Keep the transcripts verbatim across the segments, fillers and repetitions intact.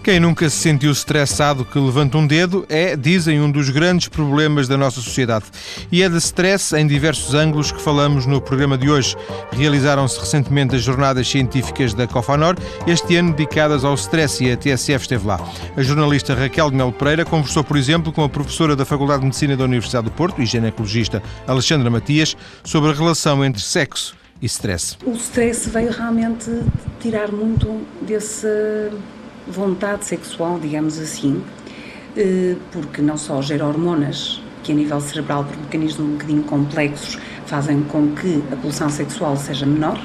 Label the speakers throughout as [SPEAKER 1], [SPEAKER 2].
[SPEAKER 1] Quem nunca se sentiu estressado que levanta um dedo é, dizem, um dos grandes problemas da nossa sociedade. E é de stress em diversos ângulos que falamos no programa de hoje. Realizaram-se recentemente as jornadas científicas da Cofanor, este ano dedicadas ao stress, e a T S F esteve lá. A jornalista Raquel de Melo Pereira conversou, por exemplo, com a professora da Faculdade de Medicina da Universidade do Porto e ginecologista Alexandra Matias sobre a relação entre sexo e stress.
[SPEAKER 2] O stress veio realmente tirar muito desse vontade sexual, digamos assim, porque não só gera hormonas que a nível cerebral, por mecanismos um bocadinho complexos, fazem com que a pulsão sexual seja menor,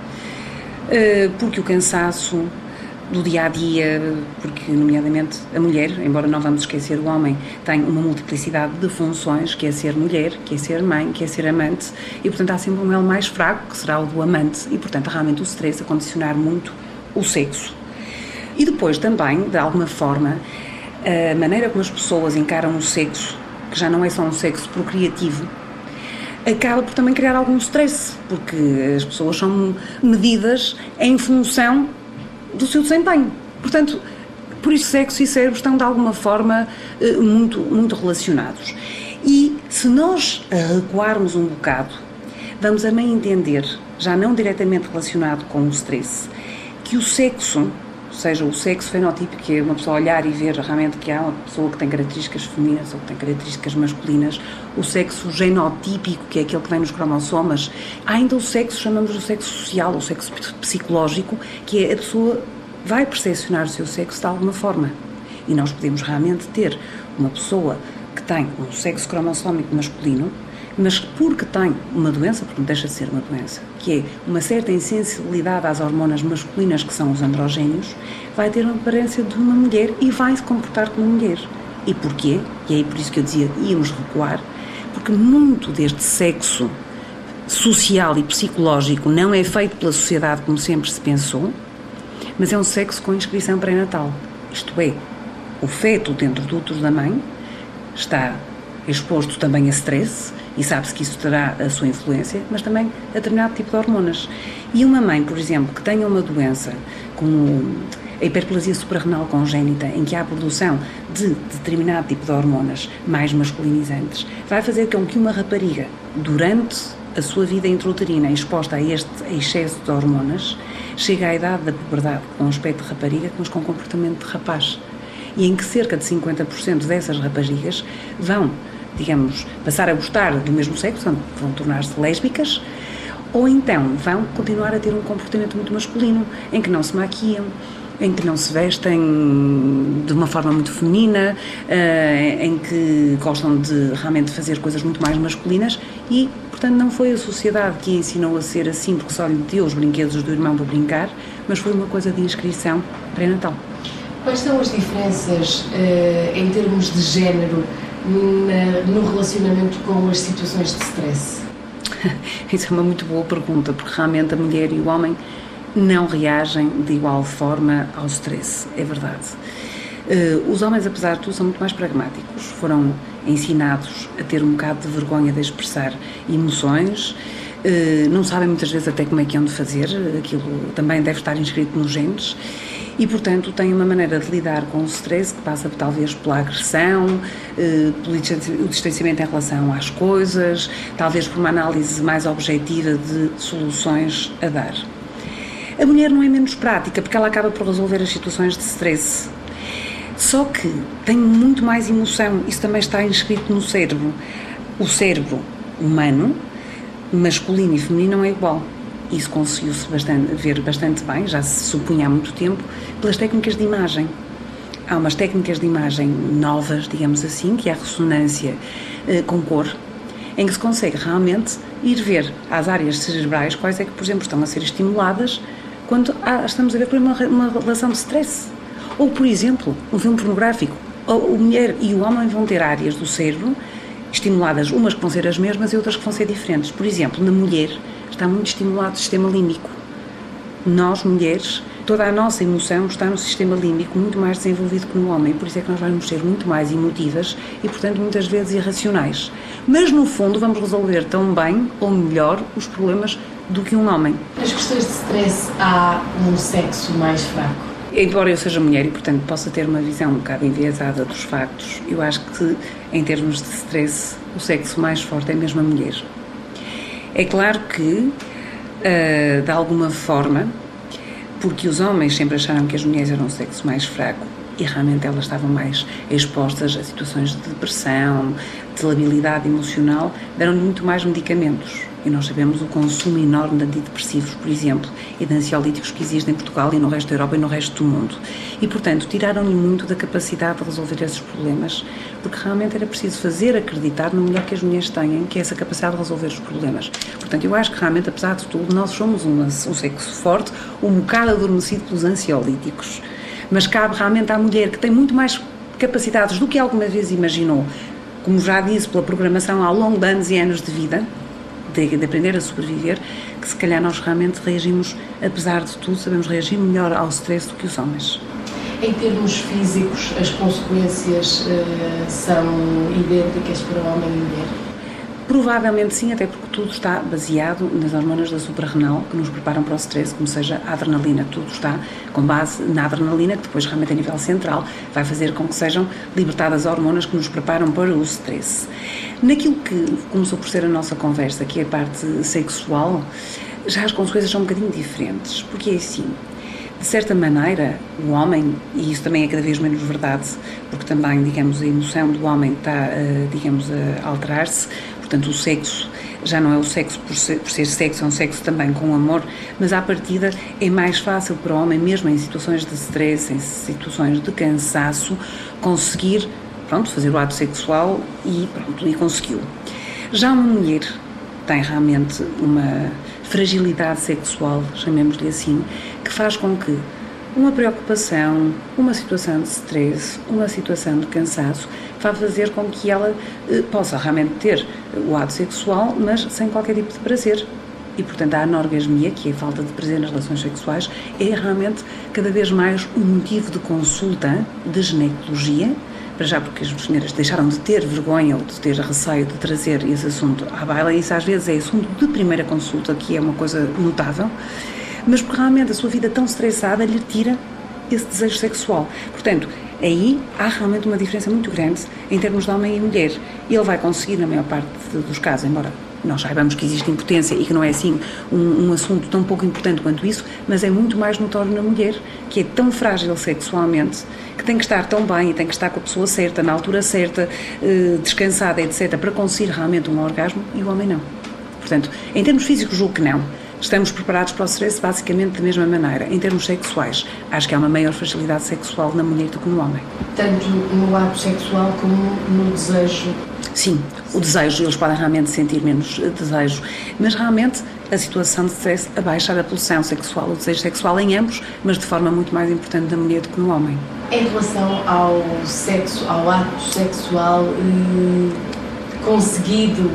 [SPEAKER 2] porque o cansaço do dia-a-dia, porque nomeadamente a mulher, embora não vamos esquecer o homem, tem uma multiplicidade de funções, que é ser mulher, que é ser mãe, que é ser amante, e portanto há sempre um elo mais fraco, que será o do amante, e portanto realmente o stress a condicionar muito o sexo. E depois também, de alguma forma, a maneira como as pessoas encaram o sexo, que já não é só um sexo procriativo, acaba por também criar algum stress, porque as pessoas são medidas em função do seu desempenho. Portanto, por isso sexo e cérebro estão de alguma forma muito, muito relacionados. E se nós recuarmos um bocado, vamos também entender, já não diretamente relacionado com o stress, que o sexo, ou seja, o sexo fenotípico, que é uma pessoa olhar e ver realmente que há uma pessoa que tem características femininas ou que tem características masculinas, o sexo genotípico, que é aquele que vem nos cromossomas, há ainda o sexo, chamamos o sexo social, o sexo psicológico, que é a pessoa vai percepcionar o seu sexo de alguma forma. E nós podemos realmente ter uma pessoa que tem um sexo cromossómico masculino, mas porque tem uma doença, porque não deixa de ser uma doença, que é uma certa insensibilidade às hormonas masculinas, que são os androgénios, vai ter uma aparência de uma mulher e vai se comportar como uma mulher. E porquê? E é por isso que eu dizia, íamos recuar, porque muito deste sexo social e psicológico não é feito pela sociedade como sempre se pensou, mas é um sexo com inscrição pré-natal. Isto é, o feto dentro do útero da mãe está exposto também a stress, e sabe-se que isso terá a sua influência, mas também a determinado tipo de hormonas. E uma mãe, por exemplo, que tenha uma doença como a hiperplasia suprarrenal congénita, em que há a produção de determinado tipo de hormonas mais masculinizantes, vai fazer com que uma rapariga, durante a sua vida intrauterina exposta a este excesso de hormonas, chegue à idade da puberdade com um aspecto de rapariga, mas com comportamento de rapaz. E em que cerca de cinquenta por cento dessas raparigas vão, digamos, passar a gostar do mesmo sexo, vão tornar-se lésbicas, ou então vão continuar a ter um comportamento muito masculino, em que não se maquiam, em que não se vestem de uma forma muito feminina, em que gostam de realmente fazer coisas muito mais masculinas e, portanto, não foi a sociedade que a ensinou a ser assim porque só lhe deu os brinquedos do irmão para brincar, mas foi uma coisa de inscrição pré-natal.
[SPEAKER 3] Quais são as diferenças em termos de género Na, no relacionamento com as situações de stress?
[SPEAKER 2] Isso é uma muito boa pergunta, porque realmente a mulher e o homem não reagem de igual forma ao stress, é verdade. Uh, os homens, apesar de tudo, são muito mais pragmáticos, foram ensinados a ter um bocado de vergonha de expressar emoções, uh, não sabem muitas vezes até como é que hão de fazer, aquilo também deve estar inscrito nos genes, e, portanto, tem uma maneira de lidar com o stress que passa talvez pela agressão, eh, pelo distanciamento em relação às coisas, talvez por uma análise mais objetiva de soluções a dar. A mulher não é menos prática, porque ela acaba por resolver as situações de stress. Só que tem muito mais emoção, isso também está inscrito no cérebro. O cérebro humano, masculino e feminino, não é igual. Isso conseguiu-se bastante, ver bastante bem, já se supunha há muito tempo, pelas técnicas de imagem. Há umas técnicas de imagem novas, digamos assim, que é a ressonância eh, com cor, em que se consegue realmente ir ver às áreas cerebrais quais é que, por exemplo, estão a ser estimuladas quando há, estamos a ver por uma, uma relação de stress. Ou, por exemplo, um filme pornográfico. Ou a mulher e o homem vão ter áreas do cérebro estimuladas, umas que vão ser as mesmas e outras que vão ser diferentes. Por exemplo, na mulher está muito estimulado o sistema límbico. Nós, mulheres, toda a nossa emoção está no sistema límbico muito mais desenvolvido que no homem, por isso é que nós vamos ser muito mais emotivas e, portanto, muitas vezes irracionais. Mas, no fundo, vamos resolver tão bem ou melhor os problemas do que um homem.
[SPEAKER 3] Nas questões de stress há um sexo mais fraco?
[SPEAKER 2] Embora eu seja mulher e, portanto, possa ter uma visão um bocado enviesada dos factos, eu acho que, em termos de stress, o sexo mais forte é mesmo a mulher. É claro que, uh, de alguma forma, porque os homens sempre acharam que as mulheres eram o sexo mais fraco e realmente elas estavam mais expostas a situações de depressão, de labilidade emocional, deram-lhe muito mais medicamentos. E nós sabemos o consumo enorme de antidepressivos, por exemplo, e de ansiolíticos que existe em Portugal e no resto da Europa e no resto do mundo. E, portanto, tiraram-lhe muito da capacidade de resolver esses problemas, porque realmente era preciso fazer acreditar no melhor que as mulheres têm, que é essa capacidade de resolver os problemas. Portanto, eu acho que realmente, apesar de tudo, nós somos uma, um sexo forte, um bocado adormecido pelos ansiolíticos, mas cabe realmente à mulher, que tem muito mais capacidades do que alguma vez imaginou, como já disse, pela programação ao longo de anos e anos de vida, de, de aprender a sobreviver, que se calhar nós realmente reagimos, apesar de tudo, sabemos reagir melhor ao stress do que os homens.
[SPEAKER 3] Em termos físicos, as consequências uh, são idênticas para o homem e mulher?
[SPEAKER 2] Provavelmente sim, até porque tudo está baseado nas hormonas da suprarrenal que nos preparam para o stress, como seja a adrenalina. Tudo está com base na adrenalina, que depois realmente a nível central vai fazer com que sejam libertadas hormonas que nos preparam para o stress. Naquilo que começou por ser a nossa conversa, que é a parte sexual, já as consequências são um bocadinho diferentes, porque é assim, de certa maneira, o homem, e isso também é cada vez menos verdade, porque também, digamos, a emoção do homem está, digamos, a alterar-se. Portanto, o sexo já não é o sexo por ser, por ser sexo, é um sexo também com amor, mas à partida é mais fácil para o homem, mesmo em situações de stress, em situações de cansaço, conseguir, pronto, fazer o ato sexual e pronto, e conseguiu. Já uma mulher tem realmente uma fragilidade sexual, chamemos-lhe assim, que faz com que uma preocupação, uma situação de stress, uma situação de cansaço, vai fazer com que ela eh, possa realmente ter o ato sexual, mas sem qualquer tipo de prazer. E, portanto, a anorgasmia, que é a falta de prazer nas relações sexuais, é realmente cada vez mais um motivo de consulta de ginecologia, para já porque as senhoras deixaram de ter vergonha ou de ter receio de trazer esse assunto à baila, e isso às vezes é assunto de primeira consulta, que é uma coisa notável, mas porque realmente a sua vida tão estressada lhe tira esse desejo sexual. Portanto, aí há realmente uma diferença muito grande em termos de homem e mulher. Ele vai conseguir, na maior parte dos casos, embora nós saibamos que existe impotência e que não é assim um, um assunto tão pouco importante quanto isso, mas é muito mais notório na mulher, que é tão frágil sexualmente, que tem que estar tão bem e tem que estar com a pessoa certa, na altura certa, eh, descansada, etcétera, para conseguir realmente um orgasmo, e o homem não. Portanto, em termos físicos, julgo que não. Estamos preparados para o stress basicamente da mesma maneira. Em termos sexuais, acho que há uma maior fragilidade sexual na mulher do que no homem.
[SPEAKER 3] Tanto no ato sexual como no desejo?
[SPEAKER 2] Sim, o desejo, eles podem realmente sentir menos desejo, mas realmente a situação de stress abaixa a pulsão sexual, o desejo sexual em ambos, mas de forma muito mais importante na mulher do que no homem.
[SPEAKER 3] Em relação ao sexo, ao ato sexual eh, conseguido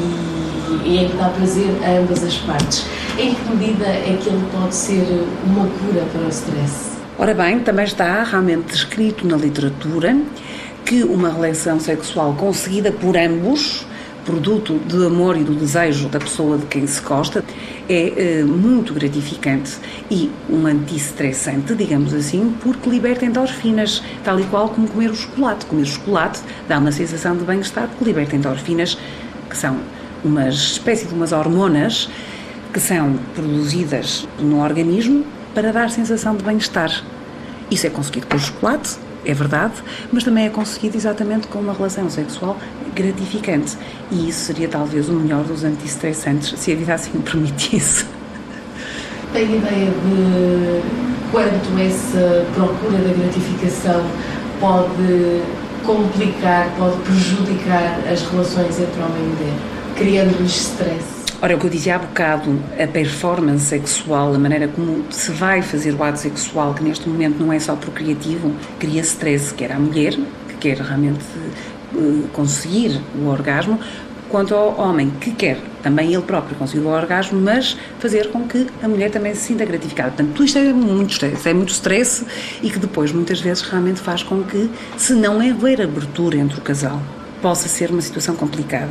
[SPEAKER 3] e, e em que dá prazer a ambas as partes, em que medida é que ele pode ser uma cura para o stress?
[SPEAKER 2] Ora bem, também está realmente descrito na literatura que uma relação sexual conseguida por ambos, produto do amor e do desejo da pessoa de quem se gosta, é eh, muito gratificante e um anti-estressante, digamos assim, porque liberta endorfinas, tal e qual como comer o chocolate. Comer o chocolate dá uma sensação de bem-estar porque liberta endorfinas, que são uma espécie de umas hormonas que são produzidas no organismo para dar sensação de bem-estar. Isso é conseguido com o chocolate, é verdade, mas também é conseguido exatamente com uma relação sexual gratificante. E isso seria talvez o melhor dos anti-estressantes, se a vida assim o permitisse.
[SPEAKER 3] Tem ideia de quanto essa procura da gratificação pode complicar, pode prejudicar as relações entre homem e mulher, criando-lhes stress?
[SPEAKER 2] Ora, o que eu dizia há bocado, a performance sexual, a maneira como se vai fazer o ato sexual, que neste momento não é só procriativo, cria stress, quer à mulher, que quer realmente uh, conseguir o orgasmo, quanto ao homem, que quer também ele próprio conseguir o orgasmo, mas fazer com que a mulher também se sinta gratificada. Portanto, tudo isto é muito stress, é muito stress e que depois, muitas vezes, realmente faz com que, se não haver abertura entre o casal, possa ser uma situação complicada.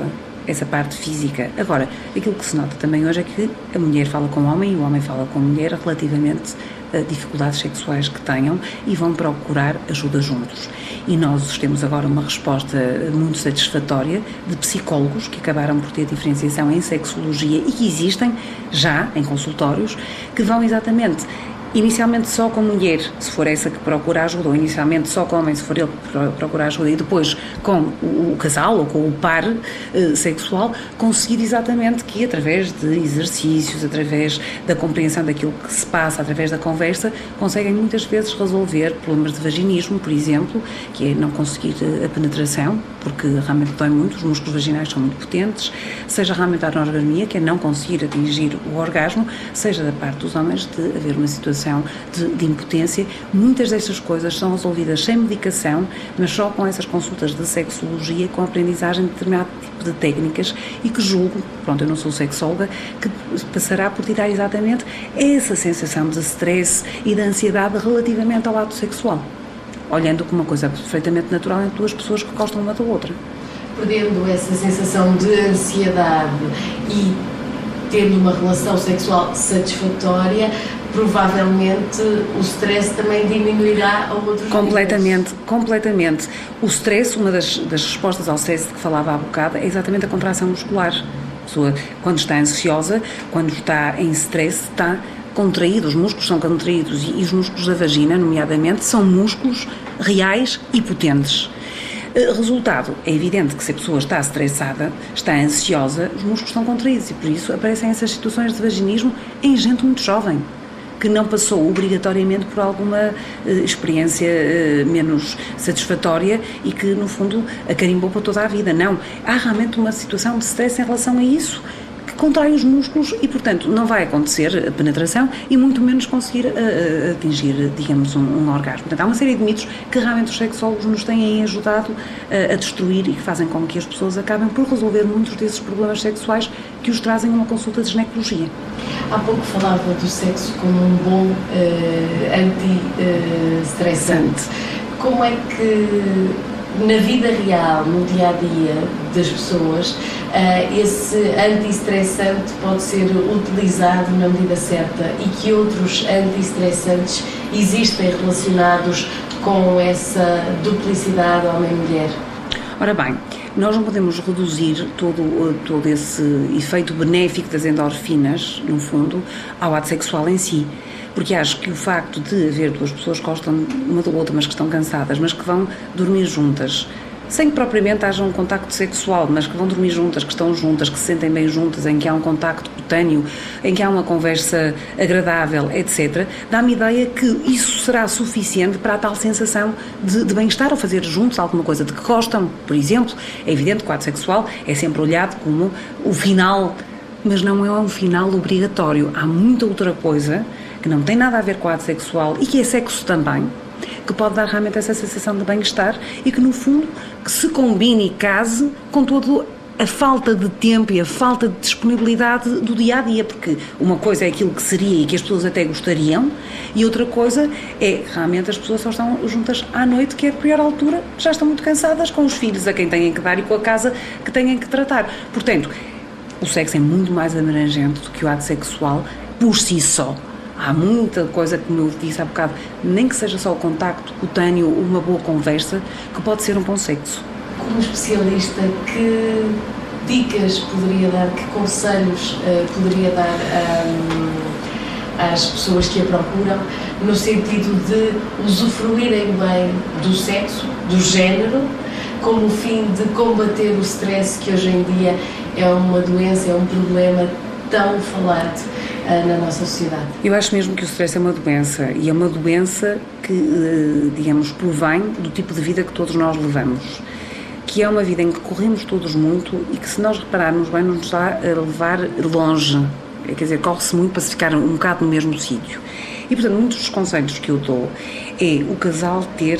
[SPEAKER 2] essa parte física. Agora, aquilo que se nota também hoje é que a mulher fala com o homem e o homem fala com a mulher relativamente a dificuldades sexuais que tenham e vão procurar ajuda juntos. E nós temos agora uma resposta muito satisfatória de psicólogos que acabaram por ter diferenciação em sexologia e que existem já em consultórios, que vão exatamente inicialmente só com a mulher, se for essa que procura ajuda, ou inicialmente só com o homem, se for ele que procura ajuda, e depois com o, o casal ou com o par eh, sexual, conseguir exatamente que através de exercícios, através da compreensão daquilo que se passa, através da conversa, conseguem muitas vezes resolver problemas de vaginismo, por exemplo, que é não conseguir a penetração, porque realmente dói muito, os músculos vaginais são muito potentes, seja realmente a anorgasmia, que é não conseguir atingir o orgasmo, seja da parte dos homens de haver uma situação De, de impotência. Muitas destas coisas são resolvidas sem medicação, mas só com essas consultas de sexologia, com a aprendizagem de determinado tipo de técnicas e que julgo, pronto, eu não sou sexóloga, que passará por tirar exatamente essa sensação de stress e de ansiedade relativamente ao ato sexual, olhando como uma coisa perfeitamente natural entre duas pessoas que gostam uma da outra.
[SPEAKER 3] Perdendo essa sensação de ansiedade e tendo uma relação sexual satisfatória, provavelmente o stress também diminuirá a outros
[SPEAKER 2] Completamente,
[SPEAKER 3] níveis.
[SPEAKER 2] completamente. O stress, uma das, das respostas ao stress de que falava há bocado, é exatamente a contração muscular. A pessoa, quando está ansiosa, quando está em stress, está contraído, os músculos são contraídos e, e os músculos da vagina, nomeadamente, são músculos reais e potentes. Resultado, é evidente que se a pessoa está estressada, está ansiosa, os músculos estão contraídos e por isso aparecem essas situações de vaginismo em gente muito jovem, que não passou obrigatoriamente por alguma uh, experiência uh, menos satisfatória e que, no fundo, a carimbou para toda a vida. Não, há realmente uma situação de stress em relação a isso, que contrai os músculos e, portanto, não vai acontecer a penetração e muito menos conseguir uh, atingir, digamos, um, um orgasmo. Portanto, há uma série de mitos que realmente os sexólogos nos têm ajudado uh, a destruir e que fazem com que as pessoas acabem por resolver muitos desses problemas sexuais que os trazem a uma consulta de ginecologia.
[SPEAKER 3] Há pouco falava do sexo como um bom uh, anti-estressante. Uh, como é que na vida real, no dia-a-dia das pessoas, uh, esse anti-estressante pode ser utilizado na medida certa e que outros anti-estressantes existem relacionados com essa duplicidade homem-mulher?
[SPEAKER 2] Ora bem, nós não podemos reduzir todo, todo esse efeito benéfico das endorfinas, no fundo, ao ato sexual em si. Porque acho que o facto de haver duas pessoas que gostam uma da outra, mas que estão cansadas, mas que vão dormir juntas, sem que propriamente haja um contacto sexual, mas que vão dormir juntas, que estão juntas, que se sentem bem juntas, em que há um contacto cutâneo, em que há uma conversa agradável, etcétera, dá-me ideia que isso será suficiente para a tal sensação de, de bem-estar ou fazer juntos alguma coisa de que gostam. Por exemplo, é evidente que o ato sexual é sempre olhado como o final, mas não é um final obrigatório. Há muita outra coisa que não tem nada a ver com o ato sexual e que é sexo também, que pode dar realmente essa sensação de bem-estar e que, no fundo, que se combine e case com toda a falta de tempo e a falta de disponibilidade do dia-a-dia, porque uma coisa é aquilo que seria e que as pessoas até gostariam e outra coisa é, realmente, as pessoas só estão juntas à noite, que é a pior altura, já estão muito cansadas com os filhos a quem têm que dar e com a casa que têm que tratar. Portanto, o sexo é muito mais abrangente do que o ato sexual por si só. Há muita coisa, como eu disse há bocado, nem que seja só o contacto cutâneo, uma boa conversa, que pode ser um bom sexo.
[SPEAKER 3] Como especialista, que dicas poderia dar, que conselhos uh, poderia dar um, às pessoas que a procuram, no sentido de usufruírem bem do sexo, do género, como o fim de combater o stress, que hoje em dia é uma doença, é um problema tão falado na nossa sociedade?
[SPEAKER 2] Eu acho mesmo que o stress é uma doença e é uma doença que, digamos, provém do tipo de vida que todos nós levamos, que é uma vida em que corremos todos muito e que, se nós repararmos bem, nos está a levar longe, quer dizer, corre-se muito para se ficar um bocado no mesmo sítio. E, portanto, muitos dos conselhos que eu dou é o casal ter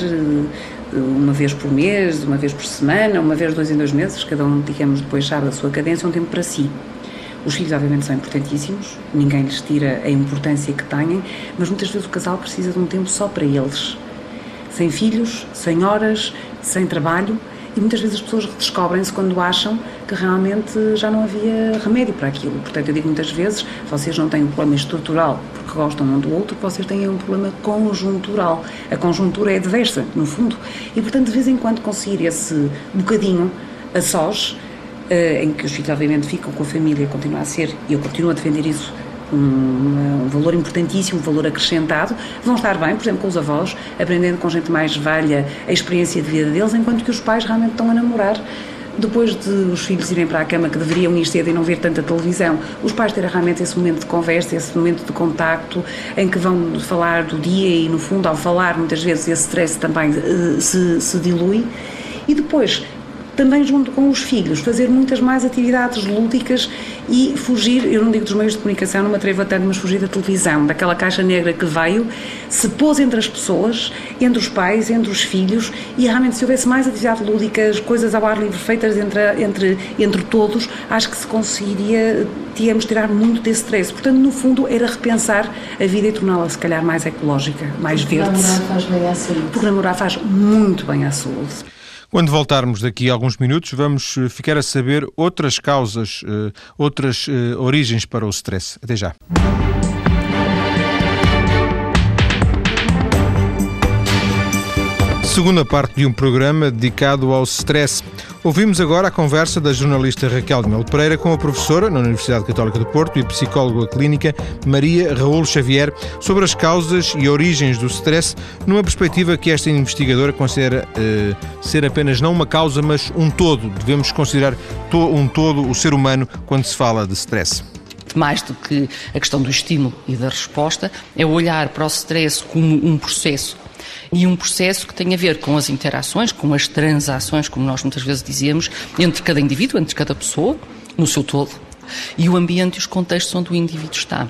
[SPEAKER 2] uma vez por mês, uma vez por semana, uma vez de dois em dois meses, cada um, digamos, depois sabe a sua cadência, um tempo para si. Os filhos, obviamente, são importantíssimos, ninguém lhes tira a importância que têm, mas muitas vezes o casal precisa de um tempo só para eles. Sem filhos, sem horas, sem trabalho, e muitas vezes as pessoas descobrem-se quando acham que realmente já não havia remédio para aquilo. Portanto, eu digo muitas vezes, vocês não têm um problema estrutural porque gostam um do outro, vocês têm um problema conjuntural. A conjuntura é adversa, no fundo, e portanto de vez em quando conseguir esse bocadinho a sós, uh, em que os filhos obviamente ficam com a família, continua a ser, e eu continuo a defender isso, Um, um valor importantíssimo, um valor acrescentado, vão estar bem, por exemplo, com os avós, aprendendo com gente mais velha a experiência de vida deles, enquanto que os pais realmente estão a namorar. Depois de os filhos irem para a cama, que deveriam ir cedo e não ver tanta televisão, os pais terem realmente esse momento de conversa, esse momento de contacto, em que vão falar do dia e, no fundo, ao falar, muitas vezes esse stress também uh, se, se dilui. E depois, também junto com os filhos, fazer muitas mais atividades lúdicas e fugir, eu não digo dos meios de comunicação, não me atrevo a tanto, mas fugir da televisão, daquela caixa negra que veio, se pôs entre as pessoas, entre os pais, entre os filhos, e realmente se houvesse mais atividades lúdicas, coisas ao ar livre feitas entre, entre, entre todos, acho que se conseguiria, tínhamos tirar muito desse stress. Portanto, no fundo, era repensar a vida e torná-la, se calhar, mais ecológica, mais verde.
[SPEAKER 3] Porque namorar faz bem à saúde.
[SPEAKER 2] Porque namorar faz muito bem à saúde.
[SPEAKER 1] Quando voltarmos daqui a alguns minutos, vamos ficar a saber outras causas, outras origens para o stress. Até já. Segunda parte de um programa dedicado ao stress. Ouvimos agora a conversa da jornalista Raquel de Melo Pereira com a professora na Universidade Católica do Porto e psicóloga clínica Maria Raul Xavier sobre as causas e origens do stress, numa perspectiva que esta investigadora considera eh, ser apenas não uma causa, mas um todo. Devemos considerar to- um todo o ser humano quando se fala de stress.
[SPEAKER 4] Mais do que a questão do estímulo e da resposta, é olhar para o stress como um processo. E um processo que tem a ver com as interações, com as transações, como nós muitas vezes dizemos, entre cada indivíduo, entre cada pessoa, no seu todo, e o ambiente e os contextos onde o indivíduo está.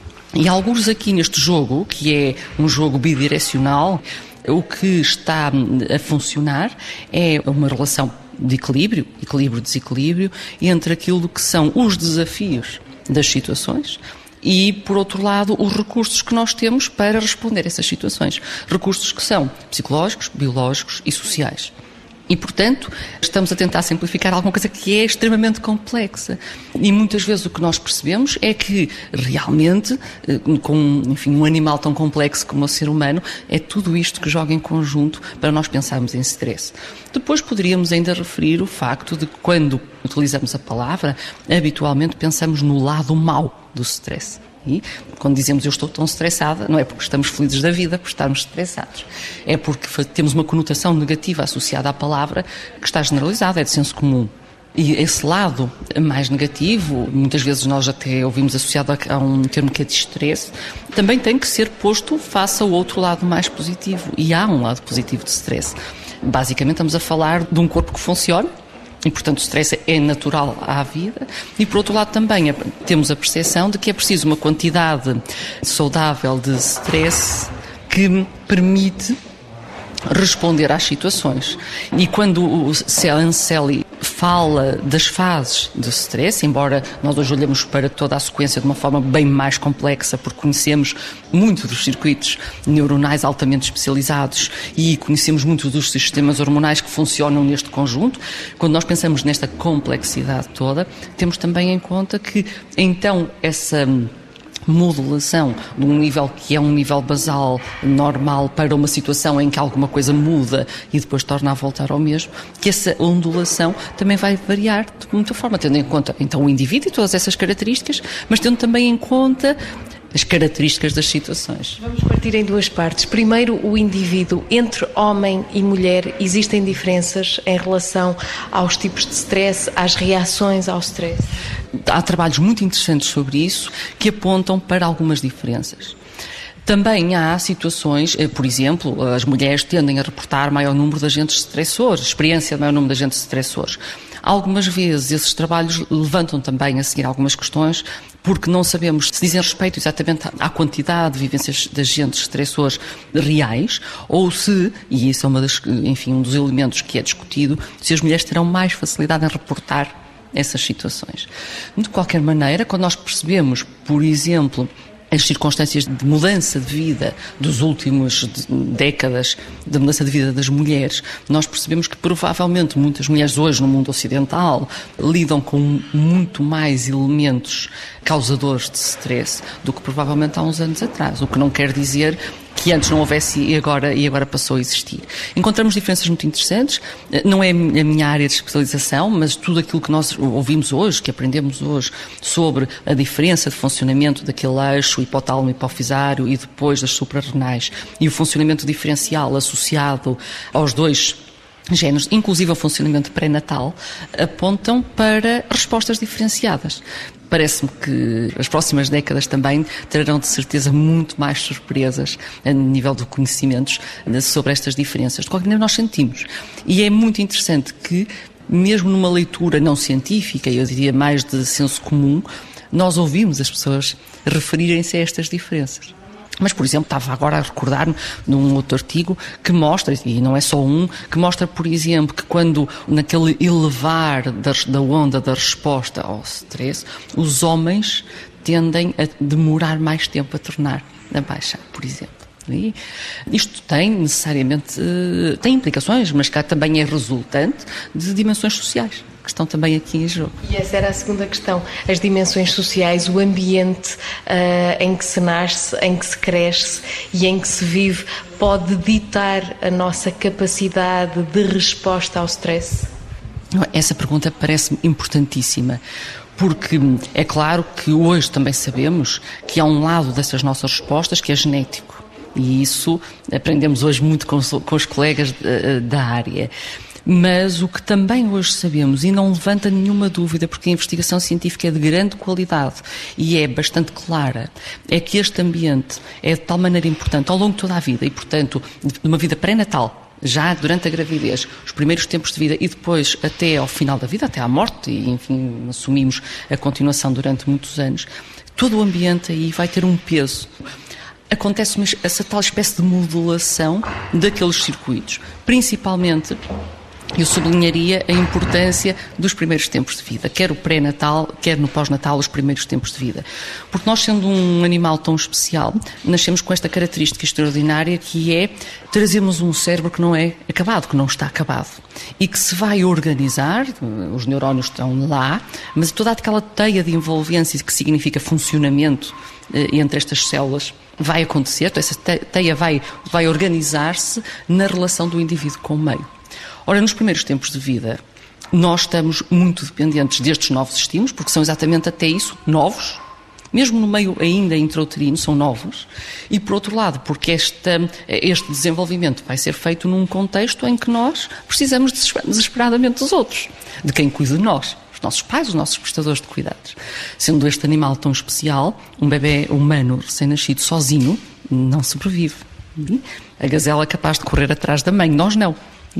[SPEAKER 4] E alguns aqui neste jogo, que é um jogo bidirecional, o que está a funcionar é uma relação de equilíbrio, equilíbrio-desequilíbrio, entre aquilo que são os desafios das situações e, por outro lado, os recursos que nós temos para responder a essas situações. Recursos que são psicológicos, biológicos e sociais. E, portanto, estamos a tentar simplificar alguma coisa que é extremamente complexa. E muitas vezes o que nós percebemos é que, realmente, com, enfim, um animal tão complexo como o ser humano, é tudo isto que joga em conjunto para nós pensarmos em stress. Depois poderíamos ainda referir o facto de que, quando utilizamos a palavra, habitualmente pensamos no lado mau do stress. E quando dizemos eu estou tão estressada, não é porque estamos felizes da vida, por estarmos estressados. É porque temos uma conotação negativa associada à palavra que está generalizada, é de senso comum. E esse lado mais negativo, muitas vezes nós até ouvimos associado a um termo que é de estresse, também tem que ser posto face ao outro lado mais positivo. E há um lado positivo de stress. Basicamente estamos a falar de um corpo que funciona, e, portanto, o stress é natural à vida. E, por outro lado, também temos a percepção de que é preciso uma quantidade saudável de stress que permite responder às situações. E quando o Anselli fala das fases de stress, embora nós hoje olhamos para toda a sequência de uma forma bem mais complexa, porque conhecemos muito dos circuitos neuronais altamente especializados e conhecemos muito dos sistemas hormonais que funcionam neste conjunto, quando nós pensamos nesta complexidade toda, temos também em conta que, então, essa modulação de um nível que é um nível basal, normal, para uma situação em que alguma coisa muda e depois torna a voltar ao mesmo, que essa ondulação também vai variar de muita forma, tendo em conta então o indivíduo e todas essas características, mas tendo também em conta as características das situações.
[SPEAKER 3] Vamos partir em duas partes. Primeiro, o indivíduo. Entre homem e mulher, existem diferenças em relação aos tipos de stress, às reações ao stress?
[SPEAKER 4] Há trabalhos muito interessantes sobre isso que apontam para algumas diferenças. Também há situações, por exemplo, as mulheres tendem a reportar maior número de agentes estressores, experiência de maior número de agentes estressores. Algumas vezes esses trabalhos levantam também a seguir algumas questões, porque não sabemos se dizem respeito exatamente à quantidade de vivências de agentes estressores reais, ou se, e isso é uma das, enfim, um dos elementos que é discutido, se as mulheres terão mais facilidade em reportar essas situações. De qualquer maneira, quando nós percebemos, por exemplo, as circunstâncias de mudança de vida dos últimos décadas, da mudança de vida das mulheres, nós percebemos que provavelmente muitas mulheres hoje no mundo ocidental lidam com muito mais elementos causadores de stress do que provavelmente há uns anos atrás, o que não quer dizer que antes não houvesse e agora, e agora passou a existir. Encontramos diferenças muito interessantes, não é a minha área de especialização, mas tudo aquilo que nós ouvimos hoje, que aprendemos hoje, sobre a diferença de funcionamento daquele eixo hipotálamo hipofisário e depois das suprarrenais, e o funcionamento diferencial associado aos dois géneros, inclusive o funcionamento pré-natal, apontam para respostas diferenciadas. Parece-me que as próximas décadas também trarão de certeza muito mais surpresas a nível de conhecimentos sobre estas diferenças. De qualquer maneira nós sentimos. E é muito interessante que, mesmo numa leitura não científica, eu diria mais de senso comum, nós ouvimos as pessoas referirem-se a estas diferenças. Mas, por exemplo, estava agora a recordar-me de um outro artigo que mostra, e não é só um, que mostra, por exemplo, que quando naquele elevar da, da onda da resposta ao stress, os homens tendem a demorar mais tempo a tornar a baixa, por exemplo. E isto tem necessariamente, tem implicações, mas cá também é resultante de dimensões sociais, que estão também aqui em jogo.
[SPEAKER 3] E essa era a segunda questão, as dimensões sociais, o ambiente uh, em que se nasce, em que se cresce e em que se vive, pode ditar a nossa capacidade de resposta ao stress?
[SPEAKER 4] Essa pergunta parece-me importantíssima, porque é claro que hoje também sabemos que há um lado dessas nossas respostas que é genético, e isso aprendemos hoje muito com os, com os colegas da, da área. Mas o que também hoje sabemos, e não levanta nenhuma dúvida, porque a investigação científica é de grande qualidade e é bastante clara, é que este ambiente é de tal maneira importante ao longo de toda a vida e, portanto, de uma vida pré-natal, já durante a gravidez, os primeiros tempos de vida e depois até ao final da vida, até à morte, e enfim, assumimos a continuação durante muitos anos, todo o ambiente aí vai ter um peso. Acontece essa tal espécie de modulação daqueles circuitos, principalmente. Eu sublinharia a importância dos primeiros tempos de vida, quer o pré-natal, quer no pós-natal, os primeiros tempos de vida. Porque nós, sendo um animal tão especial, nascemos com esta característica extraordinária que é trazermos um cérebro que não é acabado, que não está acabado. E que se vai organizar, os neurónios estão lá, mas toda aquela teia de envolvência que significa funcionamento entre estas células vai acontecer, essa teia vai, vai organizar-se na relação do indivíduo com o meio. Ora, nos primeiros tempos de vida, nós estamos muito dependentes destes novos estímulos, porque são exatamente até isso, novos, mesmo no meio ainda intrauterino, são novos, e por outro lado, porque esta, este desenvolvimento vai ser feito num contexto em que nós precisamos desesperadamente dos outros, de quem cuida de nós, os nossos pais, os nossos prestadores de cuidados. Sendo este animal tão especial, um bebê humano recém-nascido sozinho não sobrevive. A gazela é capaz de correr atrás da mãe, nós não.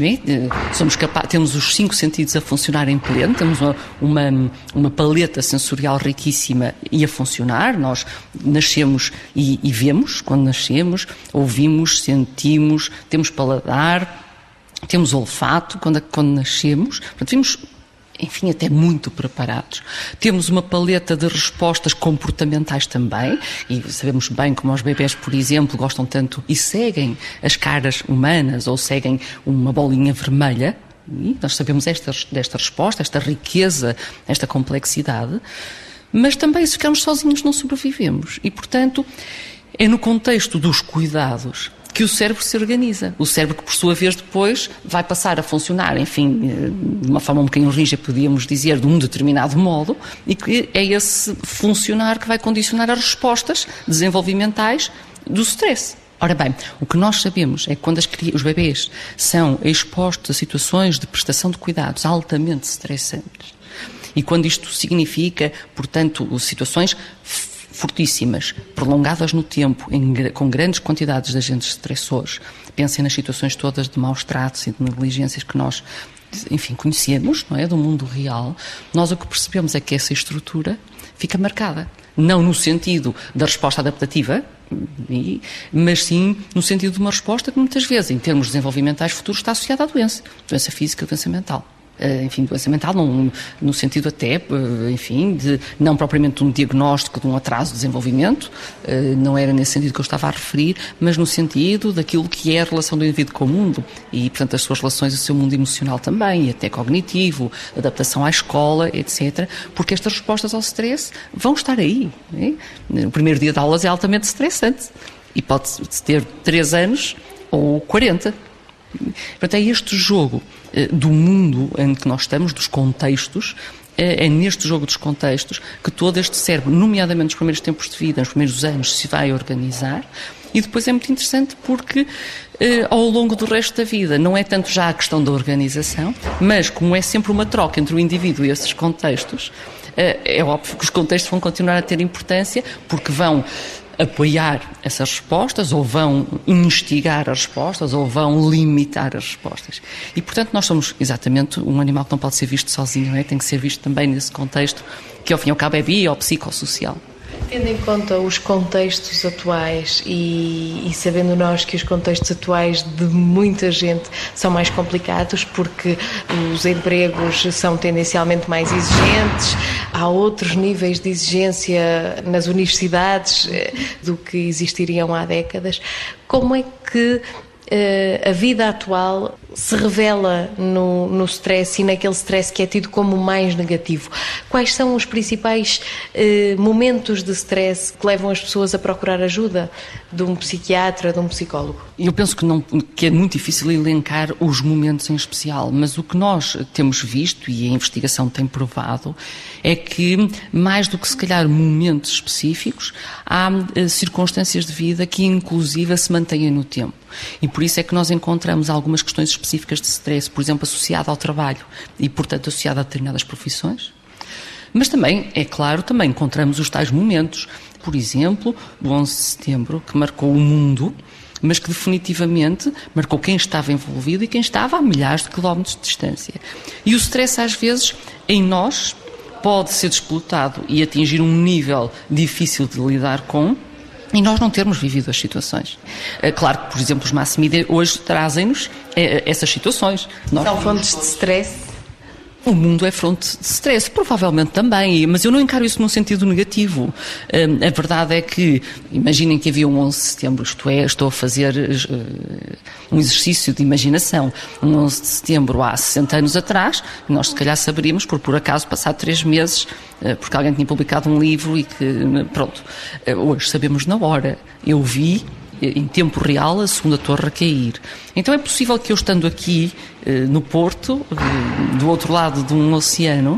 [SPEAKER 4] Somos capazes, temos os cinco sentidos a funcionar em pleno, temos uma, uma, uma paleta sensorial riquíssima e a funcionar. Nós nascemos e, e vemos quando nascemos, ouvimos, sentimos, temos paladar, temos olfato quando, quando nascemos. Portanto, vimos, enfim, até muito preparados. Temos uma paleta de respostas comportamentais também, e sabemos bem como os bebés, por exemplo, gostam tanto e seguem as caras humanas ou seguem uma bolinha vermelha. E nós sabemos esta, desta resposta, esta riqueza, esta complexidade, mas também se ficarmos sozinhos não sobrevivemos. E, portanto, é no contexto dos cuidados que o cérebro se organiza. O cérebro que, por sua vez, depois vai passar a funcionar, enfim, de uma forma um bocadinho rígida, podíamos dizer, de um determinado modo, e que é esse funcionar que vai condicionar as respostas desenvolvimentais do stress. Ora bem, o que nós sabemos é que quando as, os bebês são expostos a situações de prestação de cuidados altamente estressantes, e quando isto significa, portanto, situações fortíssimas, prolongadas no tempo, em, com grandes quantidades de agentes estressores. Pensem nas situações todas de maus tratos e de negligências que nós, enfim, conhecemos, não é, do mundo real. Nós o que percebemos é que essa estrutura fica marcada. Não no sentido da resposta adaptativa, mas sim no sentido de uma resposta que muitas vezes, em termos desenvolvimentais futuros, está associada à doença. Doença física, doença mental. enfim, doença mental, num, no sentido até, enfim, de não propriamente um diagnóstico de um atraso de desenvolvimento, não era nesse sentido que eu estava a referir, mas no sentido daquilo que é a relação do indivíduo com o mundo e, portanto, as suas relações, o seu mundo emocional também, e até cognitivo, adaptação à escola, etcétera, porque estas respostas ao stress vão estar aí. Né? O primeiro dia de aulas é altamente estressante e pode ter três anos ou quarenta. Portanto, é este jogo do mundo em que nós estamos, dos contextos, é neste jogo dos contextos que todo este cérebro, nomeadamente nos primeiros tempos de vida, nos primeiros anos, se vai organizar. E depois é muito interessante porque ao longo do resto da vida não é tanto já a questão da organização, mas como é sempre uma troca entre o indivíduo e esses contextos, é óbvio que os contextos vão continuar a ter importância porque vão apoiar essas respostas, ou vão instigar as respostas, ou vão limitar as respostas. E, portanto, nós somos exatamente um animal que não pode ser visto sozinho, não é? Tem que ser visto também nesse contexto, que ao fim e ao cabo é bio ou psicossocial.
[SPEAKER 3] Tendo em conta os contextos atuais e, e sabendo nós que os contextos atuais de muita gente são mais complicados porque os empregos são tendencialmente mais exigentes, há outros níveis de exigência nas universidades do que existiriam há décadas, como é que a vida atual se revela no, no stress e naquele stress que é tido como mais negativo? Quais são os principais eh, momentos de stress que levam as pessoas a procurar ajuda de um psiquiatra, de um psicólogo?
[SPEAKER 4] Eu penso que, não, que é muito difícil elencar os momentos em especial, mas o que nós temos visto, e a investigação tem provado, é que mais do que se calhar momentos específicos, há eh, circunstâncias de vida que inclusive se mantêm no tempo. E por isso é que nós encontramos algumas questões específicas de stress, por exemplo, associada ao trabalho e, portanto, associada a determinadas profissões. Mas também, é claro, também encontramos os tais momentos. Por exemplo, o onze de setembro, que marcou o mundo, mas que definitivamente marcou quem estava envolvido e quem estava a milhares de quilómetros de distância. E o stress, às vezes, em nós, pode ser desplotado e atingir um nível difícil de lidar com, e nós não termos vivido as situações. Claro que, por exemplo, os mass media hoje trazem-nos essas situações. Nós
[SPEAKER 3] São fontes de stress?
[SPEAKER 4] O mundo é fonte de stress, provavelmente também, mas eu não encaro isso num sentido negativo. A verdade é que, imaginem que havia um onze de setembro, isto é, estou a fazer um exercício de imaginação. Um onze de setembro há sessenta anos atrás, nós se calhar saberíamos, por por acaso, passado três meses, porque alguém tinha publicado um livro e que, pronto, hoje sabemos na hora. Eu vi em tempo real a segunda torre a cair. Então é possível que eu, estando aqui no Porto, do outro lado de um oceano,